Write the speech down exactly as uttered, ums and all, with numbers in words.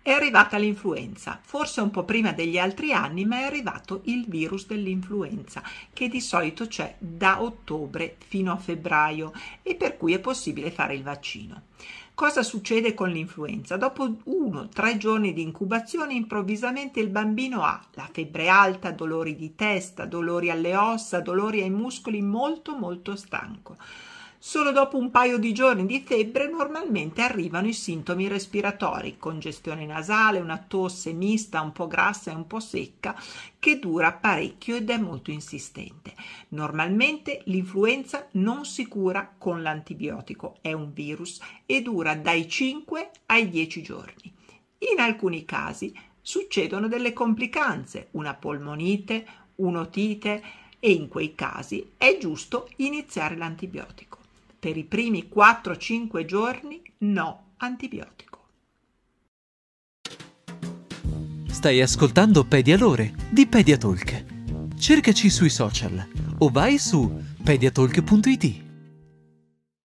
È arrivata l'influenza, forse un po' prima degli altri anni, ma è arrivato il virus dell'influenza, che di solito c'è da ottobre fino a febbraio e per cui è possibile fare il vaccino. Cosa succede con l'influenza? Dopo uno tre giorni di incubazione, improvvisamente il bambino ha la febbre alta, dolori di testa, dolori alle ossa, dolori ai muscoli, molto molto stanco. Solo dopo un paio di giorni di febbre normalmente arrivano i sintomi respiratori, congestione nasale, una tosse mista, un po' grassa e un po' secca, che dura parecchio ed è molto insistente. Normalmente l'influenza non si cura con l'antibiotico, è un virus e dura dai cinque ai dieci giorni. In alcuni casi succedono delle complicanze, una polmonite, un'otite, e in quei casi è giusto iniziare l'antibiotico. Per i primi quattro cinque giorni no antibiotico. Stai ascoltando Pedialore di Pediatalk. Cercaci sui social o vai su pediatalk punto it.